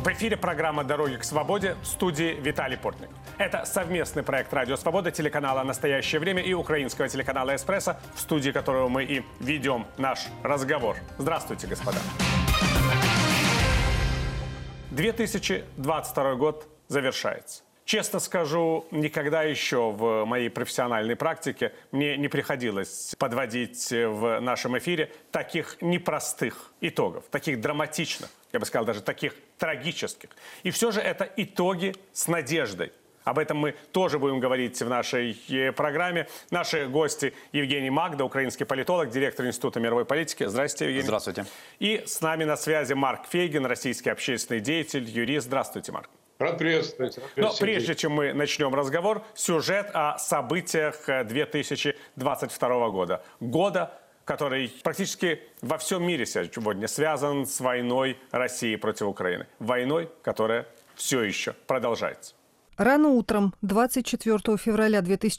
В эфире программа «Дороги к свободе», в студии Виталий Портник. Это совместный проект «Радио Свобода», телеканала «Настоящее время» и украинского телеканала «Эспрессо», в студии которого мы и ведем наш разговор. Здравствуйте, господа. 2022 год завершается. Честно скажу, никогда еще в моей профессиональной практике мне не приходилось подводить в нашем эфире таких непростых итогов, таких драматичных, я бы сказал, даже таких трагических. И все же это итоги с надеждой. Об этом мы тоже будем говорить в нашей программе. Наши гости: Евгений Магда, украинский политолог, директор Института мировой политики. Здравствуйте, Евгений. Здравствуйте. И с нами на связи Марк Фейгин, российский общественный деятель, юрист. Здравствуйте, Марк. Рад приветствовать. Но прежде чем мы начнем разговор, сюжет о событиях 2022 года. Года, который практически во всем мире сегодня связан с войной России против Украины. Войной, которая все еще продолжается. Рано утром 24 февраля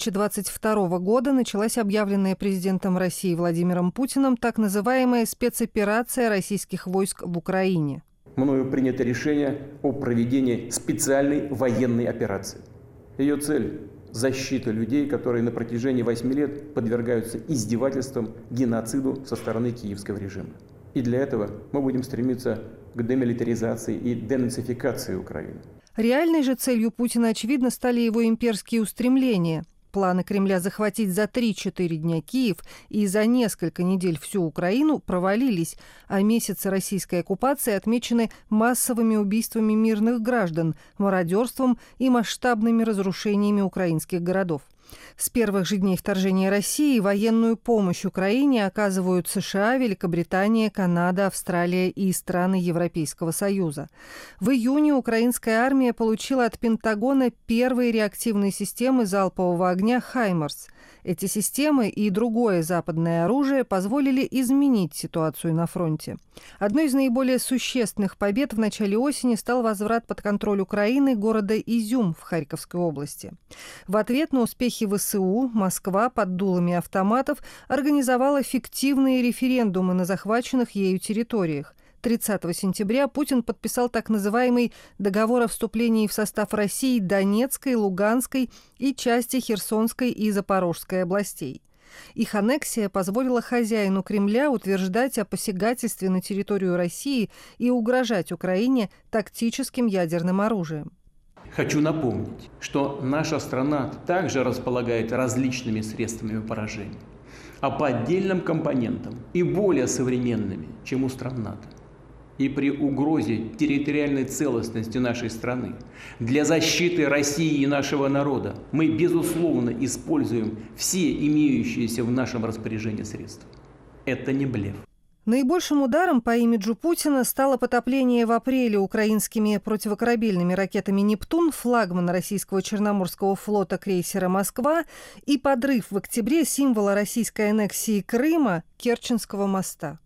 2022 года началась объявленная президентом России Владимиром Путиным так называемая спецоперация российских войск в Украине. Мною принято решение о проведении специальной военной операции. Ее цель – защита людей, которые на протяжении 8 лет подвергаются издевательствам, геноциду со стороны киевского режима. И для этого мы будем стремиться к демилитаризации и денацификации Украины. Реальной же целью Путина, очевидно, стали его имперские устремления. Планы Кремля захватить за 3-4 дня Киев и за несколько недель всю Украину провалились, а месяцы российской оккупации отмечены массовыми убийствами мирных граждан, мародерством и масштабными разрушениями украинских городов. С первых же дней вторжения России военную помощь Украине оказывают США, Великобритания, Канада, Австралия и страны Европейского Союза. В июне украинская армия получила от Пентагона первые реактивные системы залпового огня «Хаймарс». Эти системы и другое западное оружие позволили изменить ситуацию на фронте. Одной из наиболее существенных побед в начале осени стал возврат под контроль Украины города Изюм в Харьковской области. В ответ на успехи ВСУ Москва под дулами автоматов организовала фиктивные референдумы на захваченных ею территориях. 30 сентября Путин подписал так называемый договор о вступлении в состав России Донецкой, Луганской и части Херсонской и Запорожской областей. Их аннексия позволила хозяину Кремля утверждать о посягательстве на территорию России и угрожать Украине тактическим ядерным оружием. Хочу напомнить, что наша страна также располагает различными средствами поражения, а по отдельным компонентам и более современными, чем у стран НАТО. И при угрозе территориальной целостности нашей страны для защиты России и нашего народа мы, безусловно, используем все имеющиеся в нашем распоряжении средства. Это не блеф. Наибольшим ударом по имиджу Путина стало потопление в апреле украинскими противокорабельными ракетами «Нептун» флагмана российского Черноморского флота крейсера «Москва» и подрыв в октябре символа российской аннексии Крыма – Керченского моста.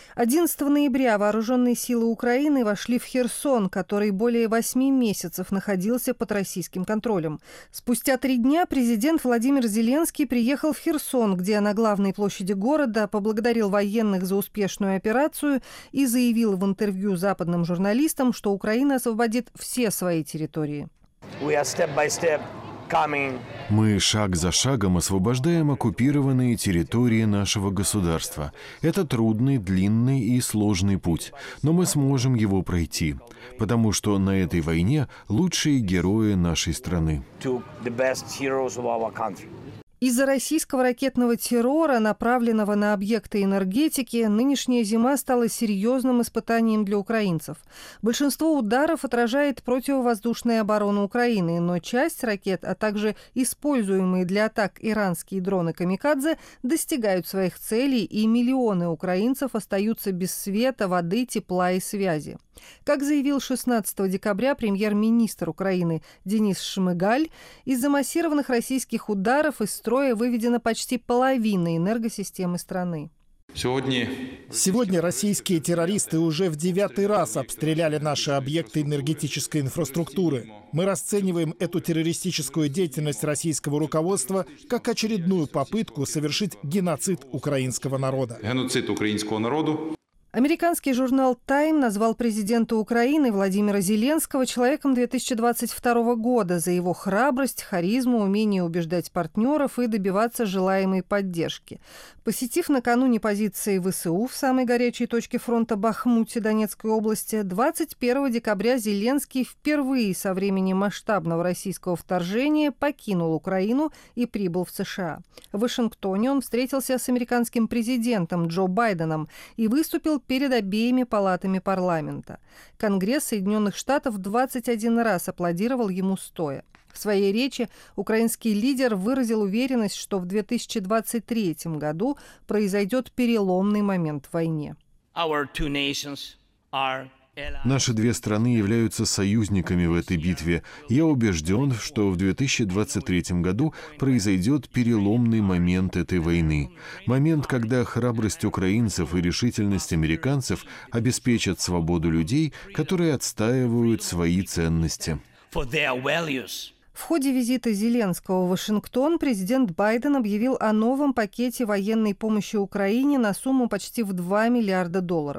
11 ноября вооруженные силы Украины вошли в Херсон, который более 8 месяцев находился под российским контролем. Спустя 3 дня президент Владимир Зеленский приехал в Херсон, где на главной площади города поблагодарил военных за успешную операцию и заявил в интервью западным журналистам, что Украина освободит все свои территории. Мы шаг за шагом освобождаем оккупированные территории нашего государства. Это трудный, длинный и сложный путь, но мы сможем его пройти, потому что на этой войне лучшие герои нашей страны. Из-за российского ракетного террора, направленного на объекты энергетики, нынешняя зима стала серьезным испытанием для украинцев. Большинство ударов отражает противовоздушная оборона Украины, но часть ракет, а также используемые для атак иранские дроны «Камикадзе» достигают своих целей, и миллионы украинцев остаются без света, воды, тепла и связи. Как заявил 16 декабря премьер-министр Украины Денис Шмыгаль, из-за массированных российских ударов из строя выведена почти половина энергосистемы страны. Сегодня российские террористы уже в 9-й раз обстреляли наши объекты энергетической инфраструктуры. Мы расцениваем эту террористическую деятельность российского руководства как очередную попытку совершить геноцид украинского народа. Американский журнал «Тайм» назвал президента Украины Владимира Зеленского человеком 2022 года за его храбрость, харизму, умение убеждать партнеров и добиваться желаемой поддержки. Посетив накануне позиции ВСУ в самой горячей точке фронта Бахмуте Донецкой области, 21 декабря Зеленский впервые со времени масштабного российского вторжения покинул Украину и прибыл в США. В Вашингтоне он встретился с американским президентом Джо Байденом и выступил перед обеими палатами парламента. Конгресс Соединенных Штатов 21 раз аплодировал ему стоя. В своей речи украинский лидер выразил уверенность, что в 2023 году произойдет переломный момент в войне. Наши две страны являются союзниками в этой битве. Я убежден, что в 2023 году произойдет переломный момент этой войны. Момент, когда храбрость украинцев и решительность американцев обеспечат свободу людей, которые отстаивают свои ценности. В ходе визита Зеленского в Вашингтон президент Байден объявил о новом пакете военной помощи Украине на сумму почти в $2 миллиарда.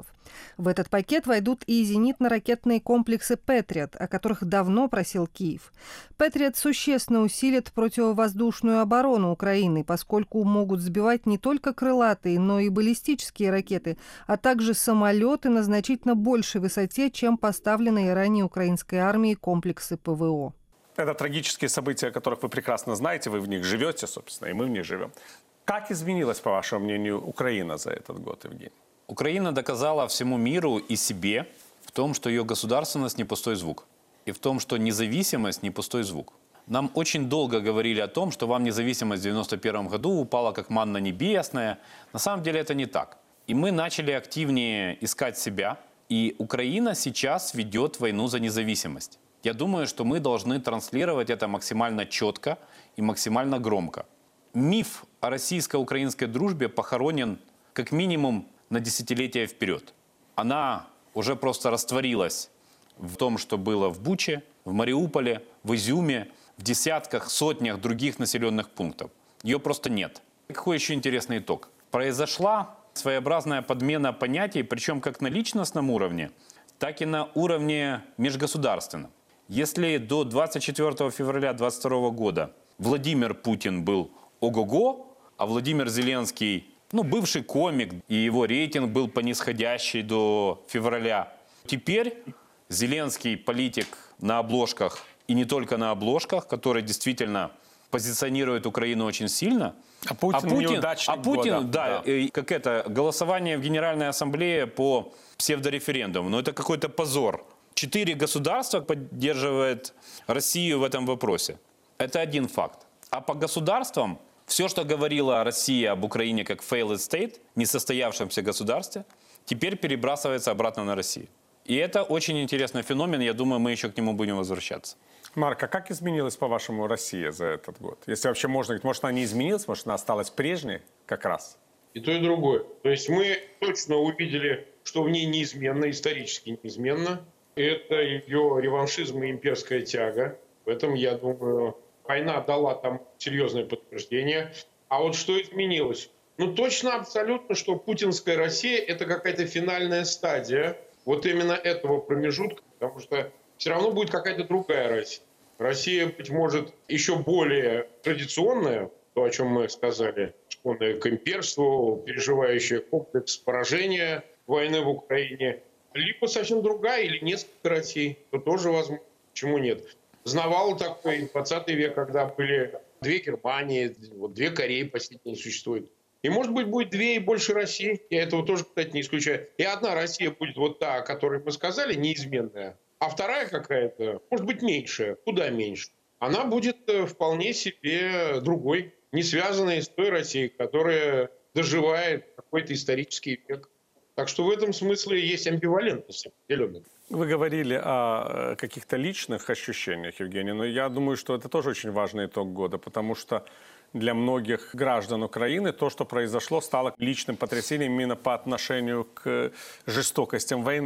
В этот пакет войдут и зенитно-ракетные комплексы «Патриот», о которых давно просил Киев. «Патриот» существенно усилит противовоздушную оборону Украины, поскольку могут сбивать не только крылатые, но и баллистические ракеты, а также самолеты на значительно большей высоте, чем поставленные ранее украинской армией комплексы ПВО. Это трагические события, о которых вы прекрасно знаете, вы в них живете, собственно, и мы в них живем. Как изменилась, по вашему мнению, Украина за этот год, Евгений? Украина доказала всему миру и себе в том, что ее государственность не пустой звук. И в том, что независимость не пустой звук. Нам очень долго говорили о том, что вам независимость в 1991 году упала как манна небесная. На самом деле это не так. И мы начали активнее искать себя. И Украина сейчас ведет войну за независимость. Я думаю, что мы должны транслировать это максимально четко и максимально громко. Миф о российско-украинской дружбе похоронен как минимум на десятилетия вперед. Она уже просто растворилась в том, что было в Буче, в Мариуполе, в Изюме, в десятках, сотнях других населенных пунктов. Ее просто нет. Какой еще интересный итог? Произошла своеобразная подмена понятий, причем как на личностном уровне, так и на уровне межгосударственном. Если до 24 февраля 2022 года Владимир Путин был ого-го, а Владимир Зеленский, бывший комик, и его рейтинг был по нисходящей до февраля. Теперь Зеленский политик на обложках, и не только на обложках, который действительно позиционирует Украину очень сильно. А Путин неудачник года. Да. Как это, голосование в Генеральной Ассамблее по псевдореферендуму. Это какой-то позор. 4 государства поддерживают Россию в этом вопросе. Это один факт. А по государствам, все, что говорила Россия об Украине как failed state, несостоявшемся государстве, теперь перебрасывается обратно на Россию. И это очень интересный феномен, я думаю, мы еще к нему будем возвращаться. Марк, а как изменилась, по-вашему, Россия за этот год? Если вообще можно говорить, может, она не изменилась, может, она осталась прежней как раз? И то, и другое. То есть мы точно увидели, что в ней неизменно, исторически неизменно. Это ее реваншизм и имперская тяга. В этом, я думаю, война дала там серьезное подтверждение. А вот что изменилось? Точно, абсолютно, что путинская Россия – это какая-то финальная стадия вот именно этого промежутка, потому что все равно будет какая-то другая Россия. Россия, быть может, еще более традиционная, то, о чем мы сказали, склонная к имперству, переживающая комплекс поражения войны в Украине, либо совсем другая, или несколько Россий, то тоже возможно. Почему нет? Знавал такой 20 век, когда были 2 Германии, 2 Кореи по сей день существует. И, может быть, будет 2 и больше России. Я этого тоже, кстати, не исключаю. И одна Россия будет вот та, о которой мы сказали, неизменная. А вторая какая-то, может быть, меньшая, куда меньше. Она будет вполне себе другой, не связанной с той Россией, которая доживает какой-то исторический век. Так что в этом смысле есть амбивалентность определенная. Вы говорили о каких-то личных ощущениях, Евгений, но я думаю, что это тоже очень важный итог года, потому что для многих граждан Украины то, что произошло, стало личным потрясением именно по отношению к жестокостям войны.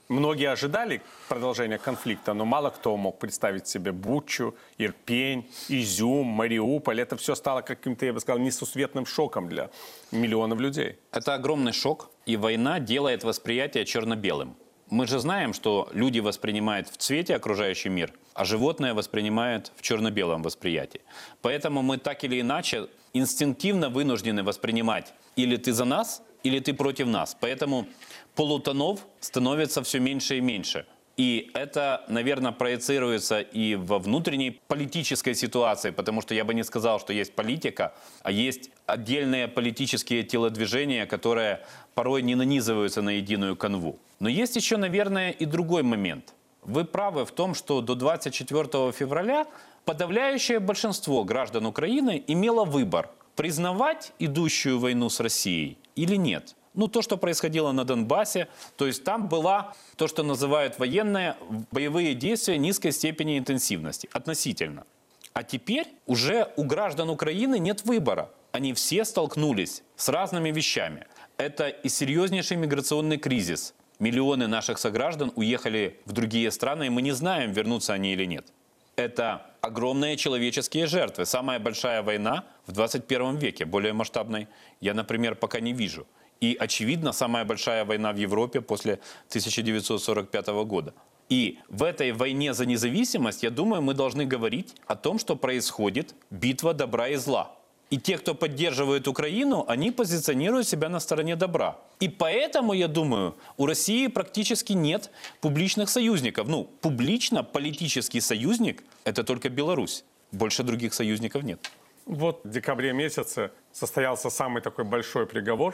Многие ожидали продолжения конфликта, но мало кто мог представить себе Бучу, Ирпень, Изюм, Мариуполь. Это все стало каким-то, я бы сказал, несусветным шоком для миллионов людей. Это огромный шок, и война делает восприятие черно-белым. Мы же знаем, что люди воспринимают в цвете окружающий мир, а животные воспринимают в черно-белом восприятии. Поэтому мы так или иначе инстинктивно вынуждены воспринимать или ты за нас, или ты против нас. Поэтому полутонов становится все меньше и меньше. И это, наверное, проецируется и во внутренней политической ситуации, потому что я бы не сказал, что есть политика, а есть отдельные политические телодвижения, которые порой не нанизываются на единую канву. Но есть еще, наверное, и другой момент. Вы правы в том, что до 24 февраля подавляющее большинство граждан Украины имело выбор – признавать идущую войну с Россией или нет. Ну, то, что происходило на Донбассе, то есть там было то, что называют военные боевые действия низкой степени интенсивности, относительно. А теперь уже у граждан Украины нет выбора. Они все столкнулись с разными вещами. Это и серьезнейший миграционный кризис. Миллионы наших сограждан уехали в другие страны, и мы не знаем, вернутся они или нет. Это огромные человеческие жертвы. Самая большая война в 21 веке, более масштабной, я, например, пока не вижу. И, очевидно, самая большая война в Европе после 1945 года. И в этой войне за независимость, я думаю, мы должны говорить о том, что происходит битва добра и зла. И те, кто поддерживает Украину, они позиционируют себя на стороне добра. И поэтому, я думаю, у России практически нет публичных союзников. Ну, публично политический союзник – это только Беларусь. Больше других союзников нет. Вот в декабре месяце состоялся самый такой большой приговор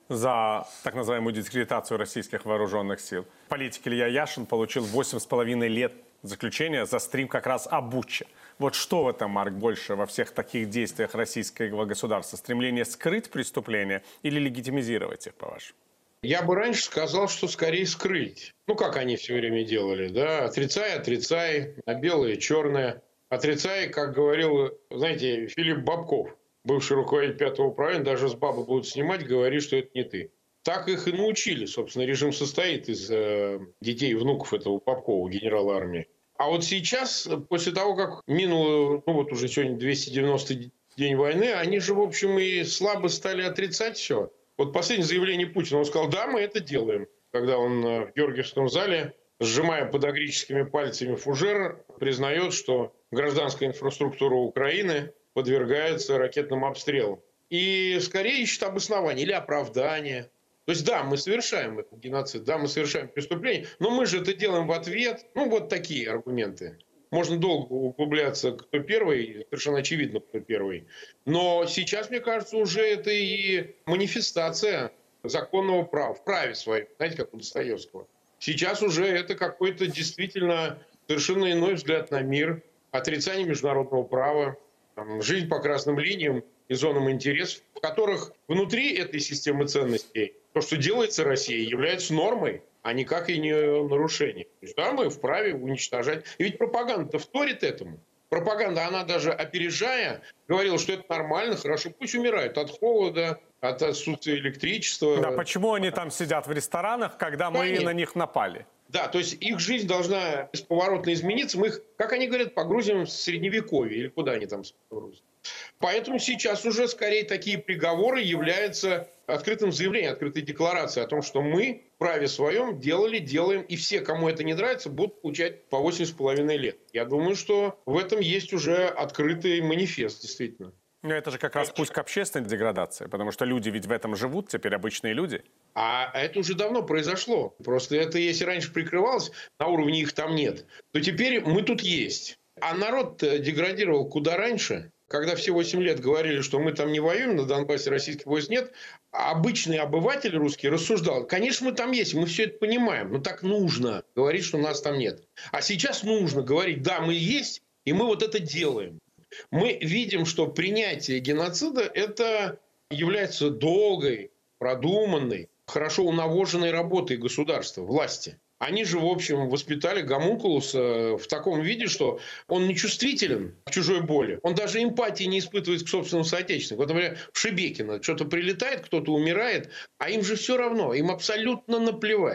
за так называемую дискредитацию российских вооруженных сил. Политик Илья Яшин получил 8,5 лет заключения за стрим как раз о Буче. Вот что в этом, Марк, больше во всех таких действиях российского государства? Стремление скрыть преступления или легитимизировать их, по-вашему? Я бы раньше сказал, что скорее скрыть. Ну, как они все время делали, да? Отрицай, а белое, черное. Отрицай, как говорил, знаете, Филипп Бобков, бывший руководитель Пятого управления, даже с бабы будут снимать, говорит, что это не ты. Так их и научили. Собственно, режим состоит из детей и внуков этого Бобкова, генерала армии. А вот сейчас, после того, как минуло, ну вот уже сегодня 290-й день войны, они же, в общем, и слабо стали отрицать все. Вот последнее заявление Путина, он сказал, да, мы это делаем. Когда он в Георгиевском зале, сжимая подагрическими пальцами фужер, признает, что гражданская инфраструктура Украины подвергается ракетным обстрелам. И скорее ищет обоснование или оправдание. То есть, да, мы совершаем этот геноцид, да, мы совершаем преступление, но мы же это делаем в ответ. Ну, вот такие аргументы. Можно долго углубляться, кто первый, совершенно очевидно, кто первый. Но сейчас, мне кажется, уже это и манифестация законного права, в праве своем, знаете, как у Достоевского. Сейчас уже это какой-то действительно совершенно иной взгляд на мир, отрицание международного права, жизнь по красным линиям и зонам интересов, в которых внутри этой системы ценностей то, что делается Россией, является нормой, а никак и не нарушением. То есть, да, мы вправе уничтожать. И ведь пропаганда вторит этому. Пропаганда, она даже опережая, говорила, что это нормально, хорошо, пусть умирают от холода, от отсутствия электричества. Да, почему они там сидят в ресторанах, когда мы на них напали? Да, то есть их жизнь должна бесповоротно измениться. Мы их, как они говорят, погрузим в средневековье. Или куда они там погрузят. Поэтому сейчас уже скорее такие приговоры являются открытым заявлением, открытой декларацией о том, что мы в праве своем делаем. И все, кому это не нравится, будут получать по 8,5 лет. Я думаю, что в этом есть уже открытый манифест, действительно. Но это же как раз путь к общественной деградации, потому что люди ведь в этом живут, теперь обычные люди. А это уже давно произошло. Просто это, если раньше прикрывалось, на уровне их там нет, то теперь мы тут есть. А народ деградировал куда раньше. Когда все 8 лет говорили, что мы там не воюем, на Донбассе российских войск нет, обычный обыватель русский рассуждал, конечно, мы там есть, мы все это понимаем, но так нужно говорить, что нас там нет. А сейчас нужно говорить, да, мы есть, и мы вот это делаем. Мы видим, что принятие геноцида – это является долгой, продуманной, хорошо унавоженной работой государства, власти. Они же, в общем, воспитали гомункулуса в таком виде, что он не чувствителен к чужой боли. Он даже эмпатии не испытывает к собственному соотечественнику. Вот, например, в Шебекино что-то прилетает, кто-то умирает, а им же все равно, им абсолютно наплевать.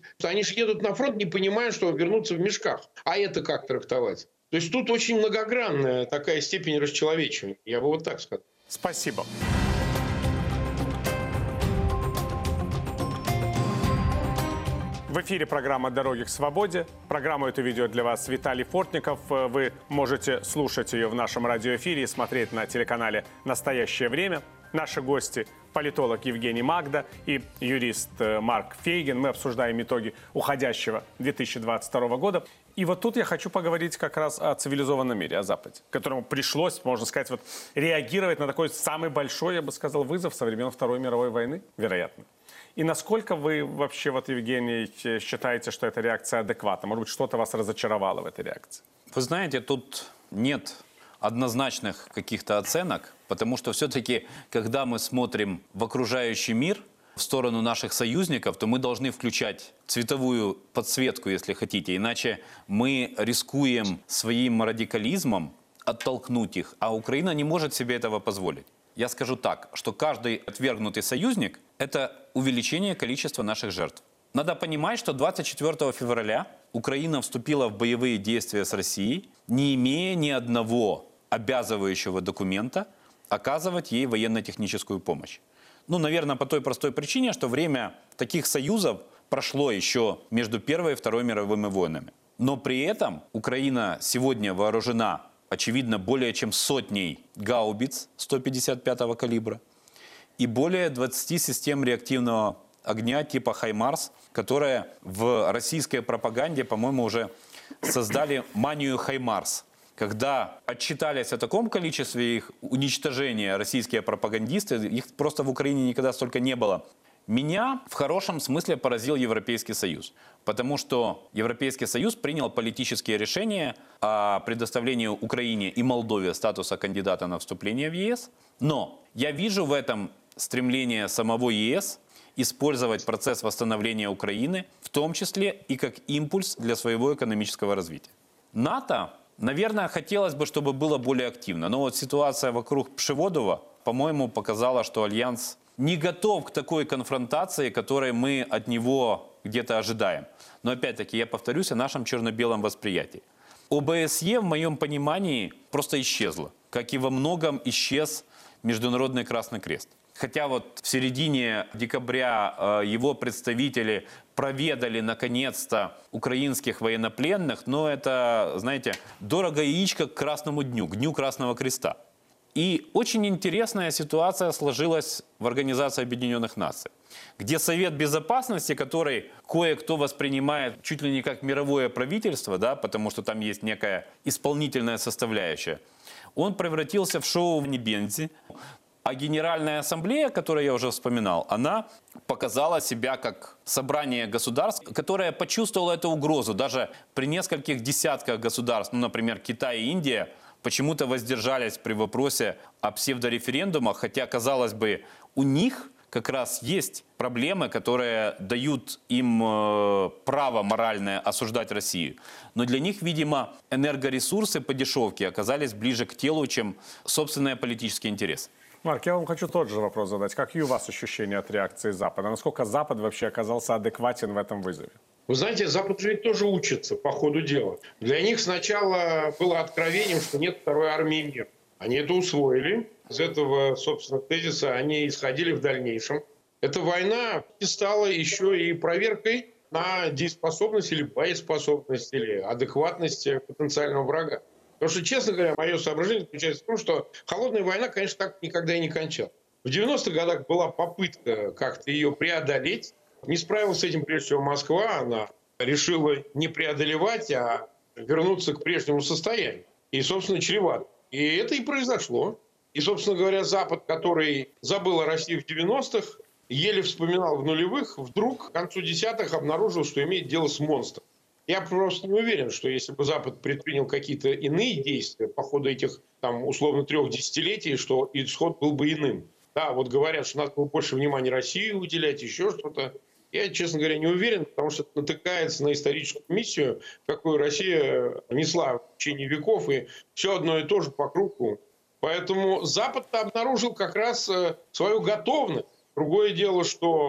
Они же едут на фронт, не понимая, что вернутся в мешках. А это как трактовать? То есть тут очень многогранная такая степень расчеловечивания. Я бы вот так сказал. Спасибо. В эфире программа «Дороги к свободе». Программу эту ведет для вас Виталий Фортников. Вы можете слушать ее в нашем радиоэфире и смотреть на телеканале «Настоящее время». Наши гости – политолог Евгений Магда и юрист Марк Фейгин. Мы обсуждаем итоги уходящего 2022 года. И вот тут я хочу поговорить как раз о цивилизованном мире, о Западе, которому пришлось, можно сказать, вот, реагировать на такой самый большой, я бы сказал, вызов со времен Второй мировой войны, вероятно. И насколько вы вообще, вот, Евгений, считаете, что эта реакция адекватна? Может быть, что-то вас разочаровало в этой реакции? Вы знаете, тут нет однозначных каких-то оценок, потому что все-таки, когда мы смотрим в окружающий мир, в сторону наших союзников, то мы должны включать цветовую подсветку, если хотите, иначе мы рискуем своим радикализмом оттолкнуть их, а Украина не может себе этого позволить. Я скажу так, что каждый отвергнутый союзник – это увеличение количества наших жертв. Надо понимать, что 24 февраля Украина вступила в боевые действия с Россией, не имея ни одного обязывающего документа оказывать ей военно-техническую помощь. Ну, наверное, по той простой причине, что время таких союзов прошло еще между Первой и Второй мировыми войнами. Но при этом Украина сегодня вооружена, очевидно, более чем сотней гаубиц 155-го калибра и более 20 систем реактивного огня типа «Хаймарс», которые в российской пропаганде, по-моему, уже создали манию «Хаймарс». Когда отчитались о таком количестве их уничтожения российские пропагандисты, их просто в Украине никогда столько не было. Меня в хорошем смысле поразил Европейский Союз, потому что Европейский Союз принял политические решения о предоставлении Украине и Молдове статуса кандидата на вступление в ЕС. Но я вижу в этом стремление самого ЕС использовать процесс восстановления Украины, в том числе и как импульс для своего экономического развития. НАТО, наверное, хотелось бы, чтобы было более активно. Но вот ситуация вокруг Пшеводова, по-моему, показала, что Альянс не готов к такой конфронтации, которой мы от него где-то ожидаем. Но опять-таки, я повторюсь о нашем черно-белом восприятии. ОБСЕ, в моем понимании, просто исчезло. Как и во многом исчез Международный Красный Крест. Хотя вот в середине декабря его представители проведали наконец-то украинских военнопленных, но это, знаете, дорого яичко к Красному дню, к Дню Красного Креста. И очень интересная ситуация сложилась в Организации Объединенных Наций, где Совет Безопасности, который кое-кто воспринимает чуть ли не как мировое правительство, да, потому что там есть некая исполнительная составляющая, он превратился в шоу в Небензи. А Генеральная Ассамблея, которую я уже вспоминал, она показала себя как собрание государств, которое почувствовало эту угрозу. Даже при нескольких десятках государств, ну, например, Китай и Индия, почему-то воздержались при вопросе о псевдореферендумах, хотя, казалось бы, у них как раз есть проблемы, которые дают им право моральное осуждать Россию. Но для них, видимо, энергоресурсы по дешевке оказались ближе к телу, чем собственные политические интересы. Марк, я вам хочу тот же вопрос задать. Какие у вас ощущения от реакции Запада? Насколько Запад вообще оказался адекватен в этом вызове? Вы знаете, Запад же ведь тоже учится по ходу дела. Для них сначала было откровением, что нет второй армии мира. Они это усвоили. Из этого, собственно, тезиса они исходили в дальнейшем. Эта война стала еще и проверкой на дееспособность или боеспособность, или адекватность потенциального врага. Потому что, честно говоря, мое соображение заключается в том, что холодная война, конечно, так никогда и не кончалась. В 90-х годах была попытка как-то ее преодолеть. Не справилась с этим, прежде всего, Москва. Она решила не преодолевать, а вернуться к прежнему состоянию. И, собственно, чревато. И это и произошло. И, собственно говоря, Запад, который забыл о России в 90-х, еле вспоминал в нулевых, вдруг к концу десятых обнаружил, что имеет дело с монстром. Я просто не уверен, что если бы Запад предпринял какие-то иные действия по ходу этих, там, условно, 3 десятилетий, что исход был бы иным. Да, вот говорят, что надо было больше внимания России уделять, еще что-то. Я, честно говоря, не уверен, потому что это натыкается на историческую миссию, какую Россия несла в течение веков, и все одно и то же по кругу. Поэтому Запад-то обнаружил как раз свою готовность. Другое дело, что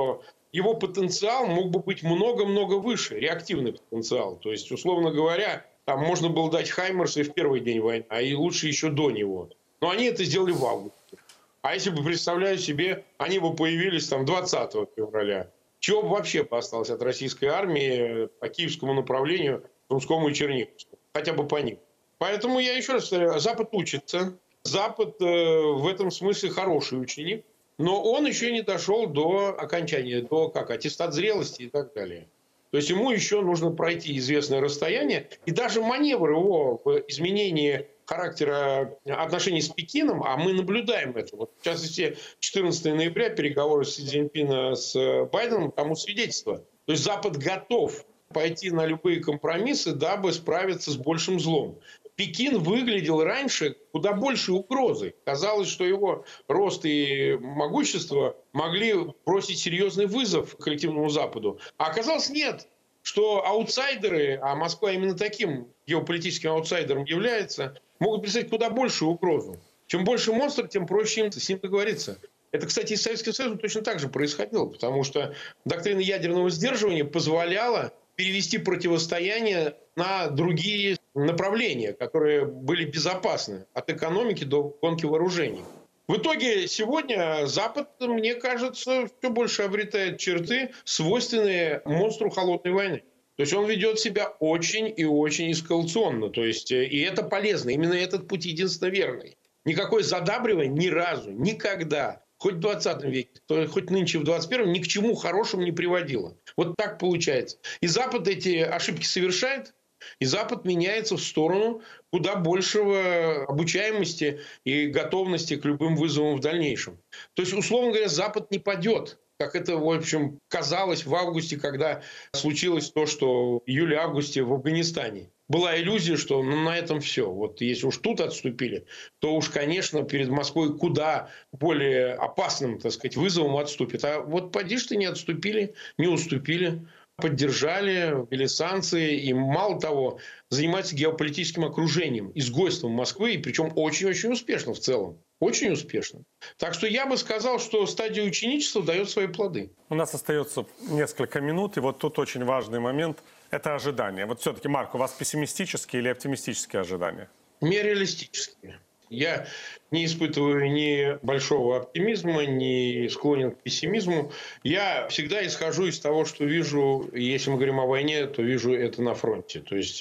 его потенциал мог бы быть много-много выше, реактивный потенциал. То есть, условно говоря, там можно было дать Хаймерсы в первый день войны, а и лучше еще до него. Но они это сделали в августе. А если бы, представляю себе, они бы появились там 20 февраля, чего бы вообще осталось от российской армии по киевскому направлению, Сумскому и Черниговскому? Хотя бы по ним. Поэтому я еще раз повторяю, Запад учится. Запад в этом смысле хороший ученик. Но он еще не дошел до окончания, до аттестат зрелости и так далее. То есть ему еще нужно пройти известное расстояние. И даже маневр его в изменении характера отношений с Пекином, а мы наблюдаем это. Вот, в частности, 14 ноября переговоры Си Цзиньпина с Байденом тому свидетельство. То есть Запад готов пойти на любые компромиссы, дабы справиться с большим злом. Пекин выглядел раньше куда большей угрозой. Казалось, что его рост и могущество могли бросить серьезный вызов коллективному Западу. А оказалось нет, что аутсайдеры, а Москва именно таким геополитическим аутсайдером является, могут представить куда большую угрозу. Чем больше монстр, тем проще им с ним договориться. Это, кстати, и с Советским Союзом точно так же происходило, потому что доктрина ядерного сдерживания позволяла перевести противостояние на другие направления, которые были безопасны от экономики до гонки вооружений. В итоге сегодня Запад, мне кажется, все больше обретает черты, свойственные монстру холодной войны. То есть он ведет себя очень и очень эскалационно. То есть, и это полезно. Именно этот путь единственно верный. Никакое задабривание ни разу, никогда, хоть в 20 веке, хоть нынче в 21-м, ни к чему хорошему не приводило. Вот так получается. И Запад эти ошибки совершает, и Запад меняется в сторону куда большего обучаемости и готовности к любым вызовам в дальнейшем. То есть, условно говоря, Запад не падет. Как это, в общем, казалось в августе, когда случилось то, что в июле-августе в Афганистане. Была иллюзия, что на этом все. Вот если уж тут отступили, то уж, конечно, перед Москвой куда более опасным, так сказать, вызовом отступит. А вот поди ж ты, не отступили, не уступили, поддержали, ввели санкции. И мало того, занимаются геополитическим окружением, изгойством Москвы. И причем очень-очень успешно в целом. Очень успешно. Так что я бы сказал, что стадия ученичества дает свои плоды. У нас остается несколько минут, и вот тут очень важный момент – это ожидания. Вот все-таки, Марк, у вас пессимистические или оптимистические ожидания? Не реалистические. Я не испытываю ни большого оптимизма, ни склонен к пессимизму. Я всегда исхожу из того, что вижу, если мы говорим о войне, то вижу это на фронте. То есть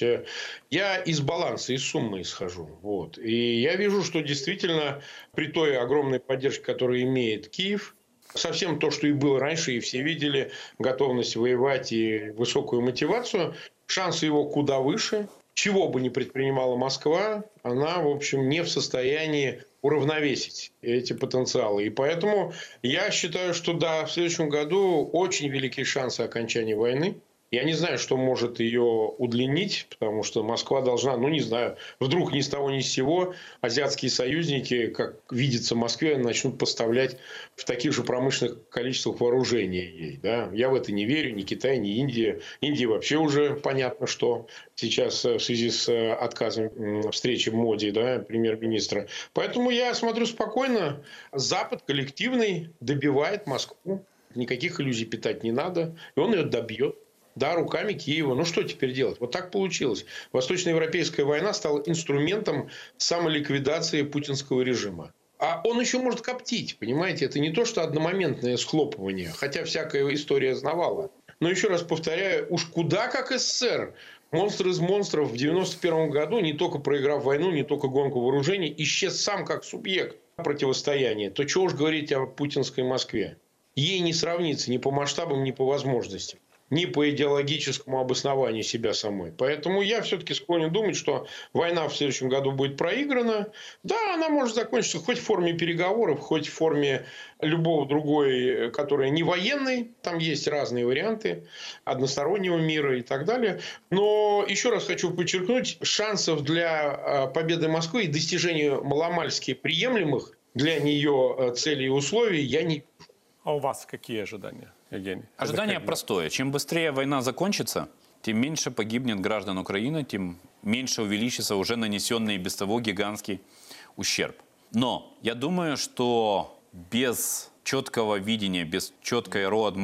я из баланса, из суммы исхожу. Вот. И я вижу, что действительно при той огромной поддержке, которую имеет Киев, совсем то, что и было раньше, и все видели, готовность воевать и высокую мотивацию, шансы его куда выше. Чего бы ни предпринимала Москва, она, в общем, не в состоянии уравновесить эти потенциалы. И поэтому я считаю, что да, в следующем году очень великие шансы окончания войны. Я не знаю, что может ее удлинить, потому что Москва должна, не знаю, вдруг ни с того ни с сего азиатские союзники, как видится в Москве, начнут поставлять в таких же промышленных количествах вооружения ей. Да? Я в это не верю, ни Китай, ни Индия. Индия вообще уже понятно, что сейчас в связи с отказом встречи Моди, да, премьер-министра. Поэтому я смотрю спокойно. Запад коллективный добивает Москву. Никаких иллюзий питать не надо. И он ее добьет. Да, руками Киева. Что теперь делать? Вот так получилось. Восточноевропейская война стала инструментом самоликвидации путинского режима. А он еще может коптить, понимаете? Это не то, что одномоментное схлопывание, хотя всякая история знавала. Но еще раз повторяю, уж куда как СССР. Монстр из монстров в 1991 году, не только проиграв войну, не только гонку вооружений, исчез сам как субъект противостояния. То чего уж говорить о путинской Москве? Ей не сравнится ни по масштабам, ни по возможностям. Ни по идеологическому обоснованию себя самой. Поэтому я все-таки склонен думать, что война в следующем году будет проиграна. Да, она может закончиться хоть в форме переговоров, хоть в форме любого другой, которая не военной. Там есть разные варианты одностороннего мира и так далее. Но еще раз хочу подчеркнуть, шансов для победы Москвы и достижения маломальски приемлемых для нее целей и условий я не вижу. А у вас какие ожидания, Евгений? Ожидание простое. Чем быстрее война закончится, тем меньше погибнет граждан Украины, тем меньше увеличится уже нанесенный без того гигантский ущерб. Но я думаю, что без четкого видения, без четкой roadmap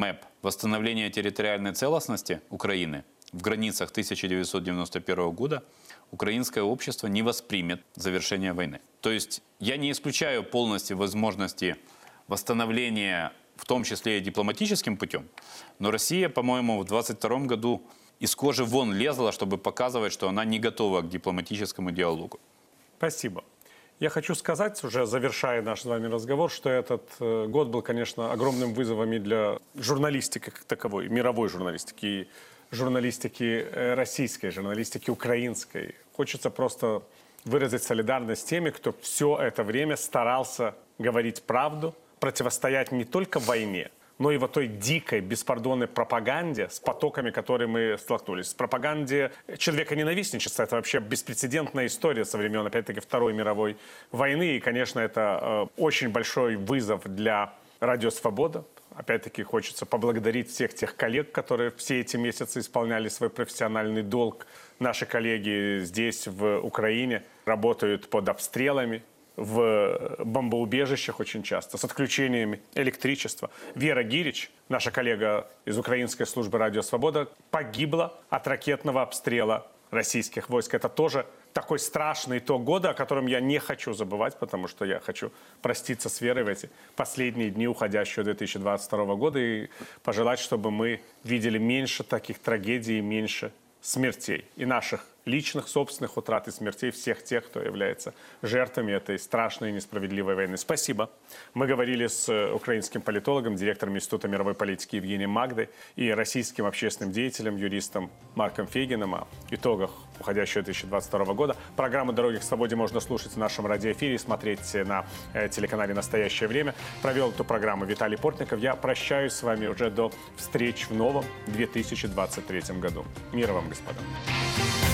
восстановления территориальной целостности Украины в границах 1991 года украинское общество не воспримет завершение войны. То есть я не исключаю полностью возможности восстановления, в том числе и дипломатическим путем, но Россия, по-моему, в 2022 году из кожи вон лезла, чтобы показывать, что она не готова к дипломатическому диалогу. Спасибо. Я хочу сказать, уже завершая наш с вами разговор, что этот год был, конечно, огромным вызовом и для журналистики как таковой, мировой журналистики, и журналистики российской, журналистики украинской. Хочется просто выразить солидарность с теми, кто все это время старался говорить правду, противостоять не только войне, но и вот той дикой, беспардонной пропаганде, с потоками, которые мы столкнулись. С пропаганде человеконенавистничества. Это вообще беспрецедентная история со времен, опять-таки, Второй мировой войны. И, конечно, это очень большой вызов для Радио Свобода. Опять-таки, хочется поблагодарить всех тех коллег, которые все эти месяцы исполняли свой профессиональный долг. Наши коллеги здесь, в Украине, работают под обстрелами, в бомбоубежищах очень часто, с отключениями электричества. Вера Гирич, наша коллега из украинской службы «Радио Свобода», погибла от ракетного обстрела российских войск. Это тоже такой страшный итог года, о котором я не хочу забывать, потому что я хочу проститься с Верой в эти последние дни уходящего 2022 года и пожелать, чтобы мы видели меньше таких трагедий, меньше смертей и наших личных, собственных утрат и смертей всех тех, кто является жертвами этой страшной и несправедливой войны. Спасибо. Мы говорили с украинским политологом, директором Института мировой политики Евгением Магдой и российским общественным деятелем, юристом Марком Фейгиным о итогах уходящего 2022 года. Программу «Дороги к свободе» можно слушать в нашем радиоэфире и смотреть на телеканале «Настоящее время». Провел эту программу Виталий Портников. Я прощаюсь с вами уже до встреч в новом 2023 году. Мира вам, господа.